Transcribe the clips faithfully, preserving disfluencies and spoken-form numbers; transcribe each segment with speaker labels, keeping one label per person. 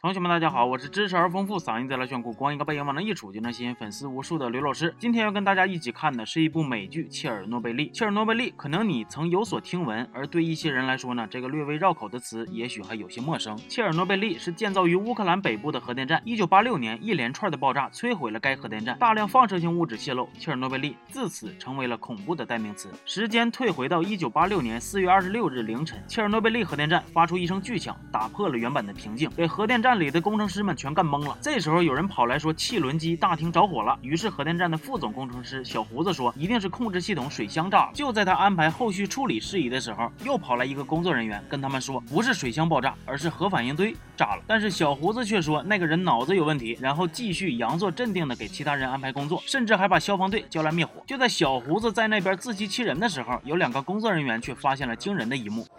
Speaker 1: 同学们大家好，我是知识而丰富，嗓音再来炫酷，光一个背影往那一杵就能吸引粉丝无数的刘老师。今天要跟大家一起看的是一部美剧《切尔诺贝利》。切尔诺贝利可能你曾有所听闻，而对一些人来说呢，这个略微绕口的词也许还有些陌生。切尔诺贝利是建造于乌克兰北部的核电站。一九八六年，一连串的爆炸摧毁了该核电站，大量放射性物质泄漏，切尔诺贝利自此成为了恐怖的代名词。时间退回到一九八六年四月二十六日凌晨，切尔诺贝利核电站发出一声巨响，打破了原本的平静，给核电站里的工程师们全干懵了。这时候有人跑来说汽轮机大厅着火了，于是核电站的副总工程师小胡子说一定是控制系统水箱炸了。就在他安排后续处理事宜的时候，又跑来一个工作人员跟他们说不是水箱爆炸，而是核反应堆炸了。但是小胡子却说那个人脑子有问题，然后继续佯作镇定的给其他人安排工作，甚至还把消防队叫来灭火。就在小胡子在那边自欺欺人的时候，有两个工作人员却发现了惊人的一幕。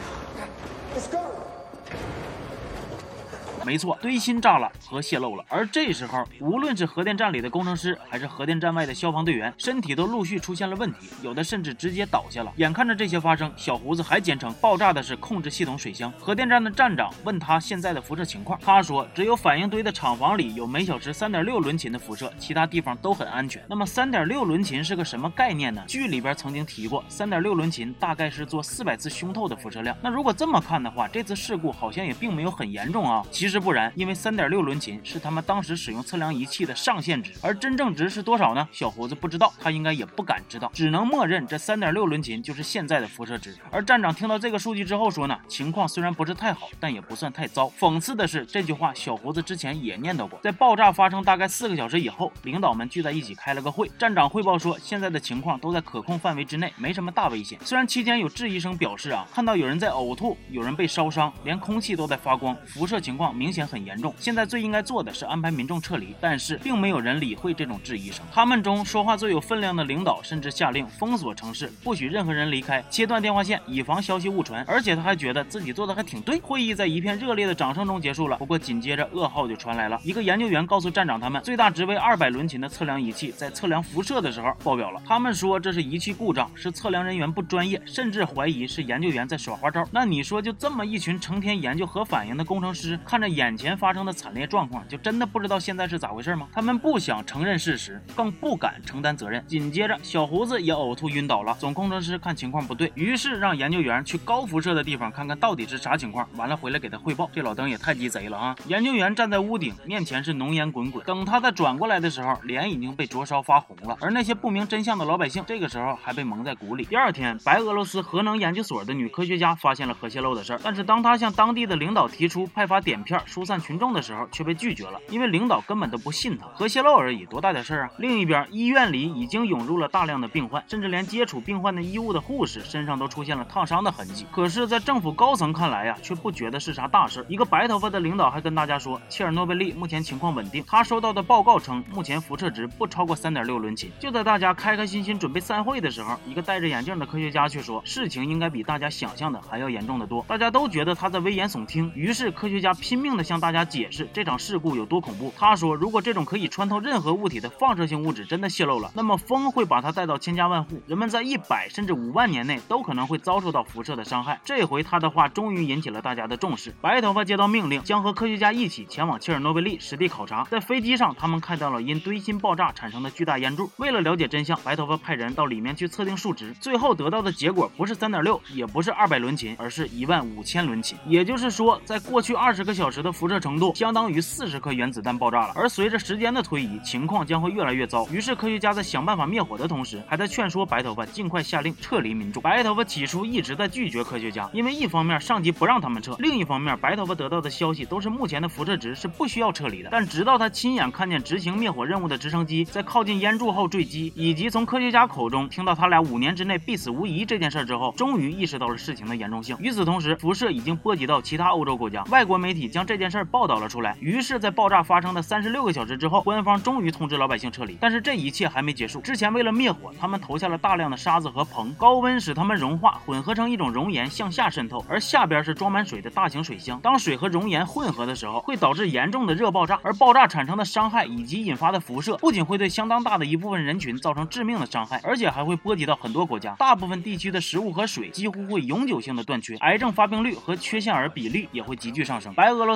Speaker 1: 没错，堆芯炸了，核泄漏了。而这时候，无论是核电站里的工程师，还是核电站外的消防队员，身体都陆续出现了问题，有的甚至直接倒下了。眼看着这些发生，小胡子还坚称爆炸的是控制系统水箱。核电站的站长问他现在的辐射情况，他说只有反应堆的厂房里有每小时 三点六 伦琴的辐射，其他地方都很安全。那么 三点六 伦琴是个什么概念呢？剧里边曾经提过 三点六 伦琴大概是做四百次胸透的辐射量。那如果这么看的话，这次事故好像也并没有很严重啊。其实不然，因为 三点六 伦琴是他们当时使用测量仪器的上限值，而真正值是多少呢？小胡子不知道，他应该也不敢知道，只能默认这 三点六 伦琴就是现在的辐射值。而站长听到这个数据之后说呢，情况虽然不是太好，但也不算太糟。讽刺的是，这句话小胡子之前也念叨过。在爆炸发生大概四个小时以后，领导们聚在一起开了个会，站长汇报说现在的情况都在可控范围之内，没什么大危险。虽然期间有质疑声表示啊，看到有人在呕吐，有人被烧伤，连空气都在发光，辐射情况明显很严重，现在最应该做的是安排民众撤离，但是并没有人理会这种质疑声。他们中说话最有分量的领导甚至下令封锁城市，不许任何人离开，切断电话线，以防消息误传。而且他还觉得自己做的还挺对。会议在一片热烈的掌声中结束了。不过紧接着噩耗就传来了，一个研究员告诉站长他们，最大值为二百伦琴的测量仪器在测量辐射的时候爆表了。他们说这是仪器故障，是测量人员不专业，甚至怀疑是研究员在耍花招。那你说就这么一群成天研究核反应的工程师，看着眼前发生的惨烈状况，就真的不知道现在是咋回事吗？他们不想承认事实，更不敢承担责任。紧接着小胡子也呕吐晕倒了，总工程师看情况不对，于是让研究员去高辐射的地方看看到底是啥情况，完了回来给他汇报。这老登也太鸡贼了啊！研究员站在屋顶，面前是浓烟滚滚，等他再转过来的时候，脸已经被灼烧发红了。而那些不明真相的老百姓这个时候还被蒙在鼓里。第二天，白俄罗斯核能研究所的女科学家发现了核泄漏的事儿，但是当她向当地的领导提出派发碘片疏散群众的时候，却被拒绝了，因为领导根本都不信他，核泄漏而已，多大点事儿啊！另一边，医院里已经涌入了大量的病患，甚至连接触病患的医务的护士身上都出现了烫伤的痕迹。可是，在政府高层看来呀，却不觉得是啥大事。一个白头发的领导还跟大家说，切尔诺贝利目前情况稳定，他收到的报告称，目前辐射值不超过 三点六 伦琴。就在大家开开心心准备散会的时候，一个戴着眼镜的科学家却说，事情应该比大家想象的还要严重的多。大家都觉得他在危言耸听，于是科学家拼命的向大家解释这场事故有多恐怖。他说，如果这种可以穿透任何物体的放射性物质真的泄漏了，那么风会把它带到千家万户，人们在一百甚至五万年内都可能会遭受到辐射的伤害。这回他的话终于引起了大家的重视。白头发接到命令，将和科学家一起前往切尔诺贝利实地考察。在飞机上，他们看到了因堆芯爆炸产生的巨大烟柱。为了了解真相，白头发派人到里面去测定数值，最后得到的结果不是 三点六，也不是二百伦琴，而是一万五千伦琴。也就是说，在过去二十个小时的辐射程度相当于四十颗原子弹爆炸了。而随着时间的推移，情况将会越来越糟。于是科学家在想办法灭火的同时，还在劝说白头发尽快下令撤离民众。白头发起初一直在拒绝科学家，因为一方面上级不让他们撤，另一方面白头发得到的消息都是目前的辐射值是不需要撤离的。但直到他亲眼看见执行灭火任务的直升机在靠近烟柱后坠机，以及从科学家口中听到他俩五年之内必死无疑这件事之后，终于意识到了事情的严重性。与此同时，辐射已经波及到其他欧洲国家，外国媒体将这件事报道了出来。于是在爆炸发生的三十六个小时之后，官方终于通知老百姓撤离。但是这一切还没结束，之前为了灭火，他们投下了大量的沙子和硼，高温使它们融化，混合成一种熔岩向下渗透，而下边是装满水的大型水箱。当水和熔岩混合的时候，会导致严重的热爆炸，而爆炸产生的伤害以及引发的辐射，不仅会对相当大的一部分人群造成致命的伤害，而且还会波及到很多国家。大部分地区的食物和水几乎会永久性的断缺，癌症发病率和缺陷儿比率也会急剧上升。白俄罗斯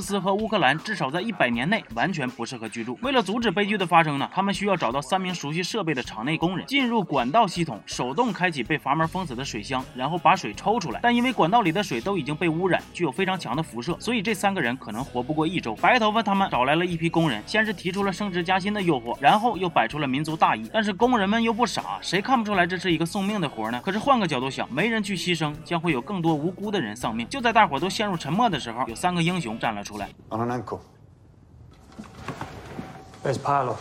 Speaker 1: 斯和乌克兰至少在一百年内完全不适合居住。为了阻止悲剧的发生呢，他们需要找到三名熟悉设备的场内工人，进入管道系统，手动开启被阀门封死的水箱，然后把水抽出来。但因为管道里的水都已经被污染，具有非常强的辐射，所以这三个人可能活不过一周。白头发他们找来了一批工人，先是提出了升职加薪的诱惑，然后又摆出了民族大义。但是工人们又不傻，谁看不出来这是一个送命的活呢？可是换个角度想，没人去牺牲，将会有更多无辜的人丧命。就在大伙都陷入沉默的时候，有三个英雄站了出来。
Speaker 2: Ananenko. Where's Pavlov?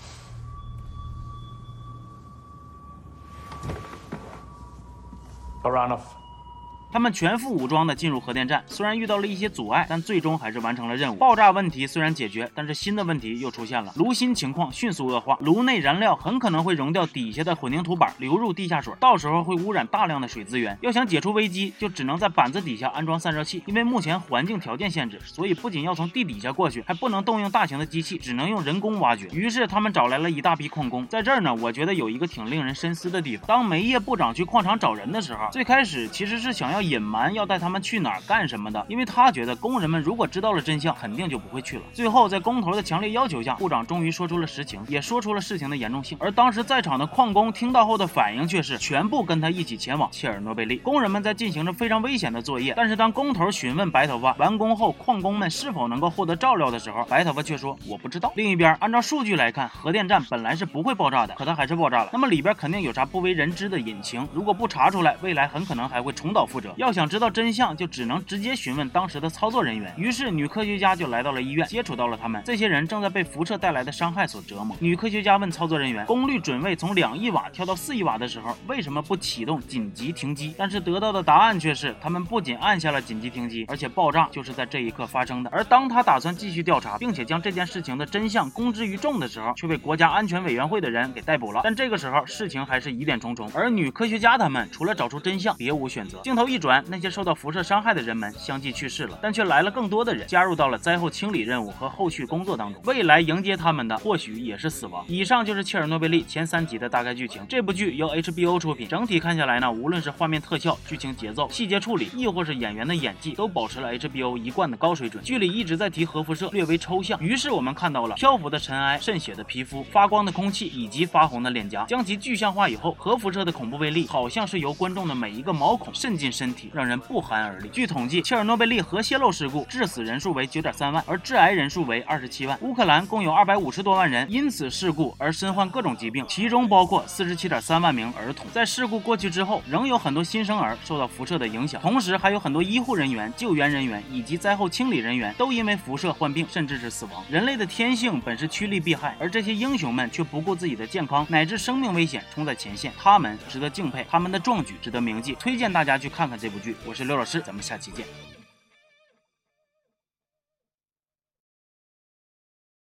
Speaker 2: Baranov.
Speaker 1: 他们全副武装的进入核电站，虽然遇到了一些阻碍，但最终还是完成了任务。爆炸问题虽然解决，但是新的问题又出现了，炉心情况迅速恶化，炉内燃料很可能会溶掉底下的混凝土板，流入地下水，到时候会污染大量的水资源。要想解除危机，就只能在板子底下安装散热器，因为目前环境条件限制，所以不仅要从地底下过去，还不能动用大型的机器，只能用人工挖掘。于是他们找来了一大批矿工。在这儿呢，我觉得有一个挺令人深思的地方。当煤业部长去矿场找人的时候，最开始其实是想要隐瞒要带他们去哪儿干什么的，因为他觉得工人们如果知道了真相，肯定就不会去了。最后在工头的强烈要求下，部长终于说出了实情，也说出了事情的严重性。而当时在场的矿工听到后的反应却是全部跟他一起前往切尔诺贝利。工人们在进行着非常危险的作业，但是当工头询问白头发完工后矿工们是否能够获得照料的时候，白头发却说我不知道。另一边，按照数据来看，核电站本来是不会爆炸的，可它还是爆炸了。那么里边肯定有啥不为人知的隐情，如果不查出来，未来很可能还会重蹈覆辙。要想知道真相，就只能直接询问当时的操作人员。于是女科学家就来到了医院，接触到了他们。这些人正在被辐射带来的伤害所折磨。女科学家问操作人员，功率准位从两亿瓦跳到四亿瓦的时候，为什么不启动紧急停机？但是得到的答案却是，他们不仅按下了紧急停机，而且爆炸就是在这一刻发生的。而当他打算继续调查，并且将这件事情的真相公之于众的时候，却被国家安全委员会的人给逮捕了。但这个时候事情还是疑点重重，而女科学家他们除了找出真相，别无选择。镜头一转，那些受到辐射伤害的人们相继去世了，但却来了更多的人，加入到了灾后清理任务和后续工作当中。未来迎接他们的或许也是死亡。以上就是切尔诺贝利前三集的大概剧情。这部剧由 H B O 出品，整体看下来呢，无论是画面特效、剧情节奏、细节处理，亦或是演员的演技，都保持了 H B O 一贯的高水准。剧里一直在提核辐射，略为抽象，于是我们看到了漂浮的尘埃、渗血的皮肤、发光的空气以及发红的脸颊。将其具象化以后，核辐射的恐怖威力好像是由观众的每一个毛孔渗进身体，让人不寒而栗。据统计，切尔诺贝利核泄漏事故致死人数为 九点三万，而致癌人数为二十七万。乌克兰共有二百五十多万人因此事故而身患各种疾病，其中包括 四十七点三万名儿童。在事故过去之后，仍有很多新生儿受到辐射的影响，同时还有很多医护人员、救援人员以及灾后清理人员都因为辐射患病，甚至是死亡。人类的天性本是趋利避害，而这些英雄们却不顾自己的健康乃至生命危险冲在前线，他们值得敬佩，他们的壮举值得铭记。推荐大家去看看这部剧。我是刘老师，咱们下期见。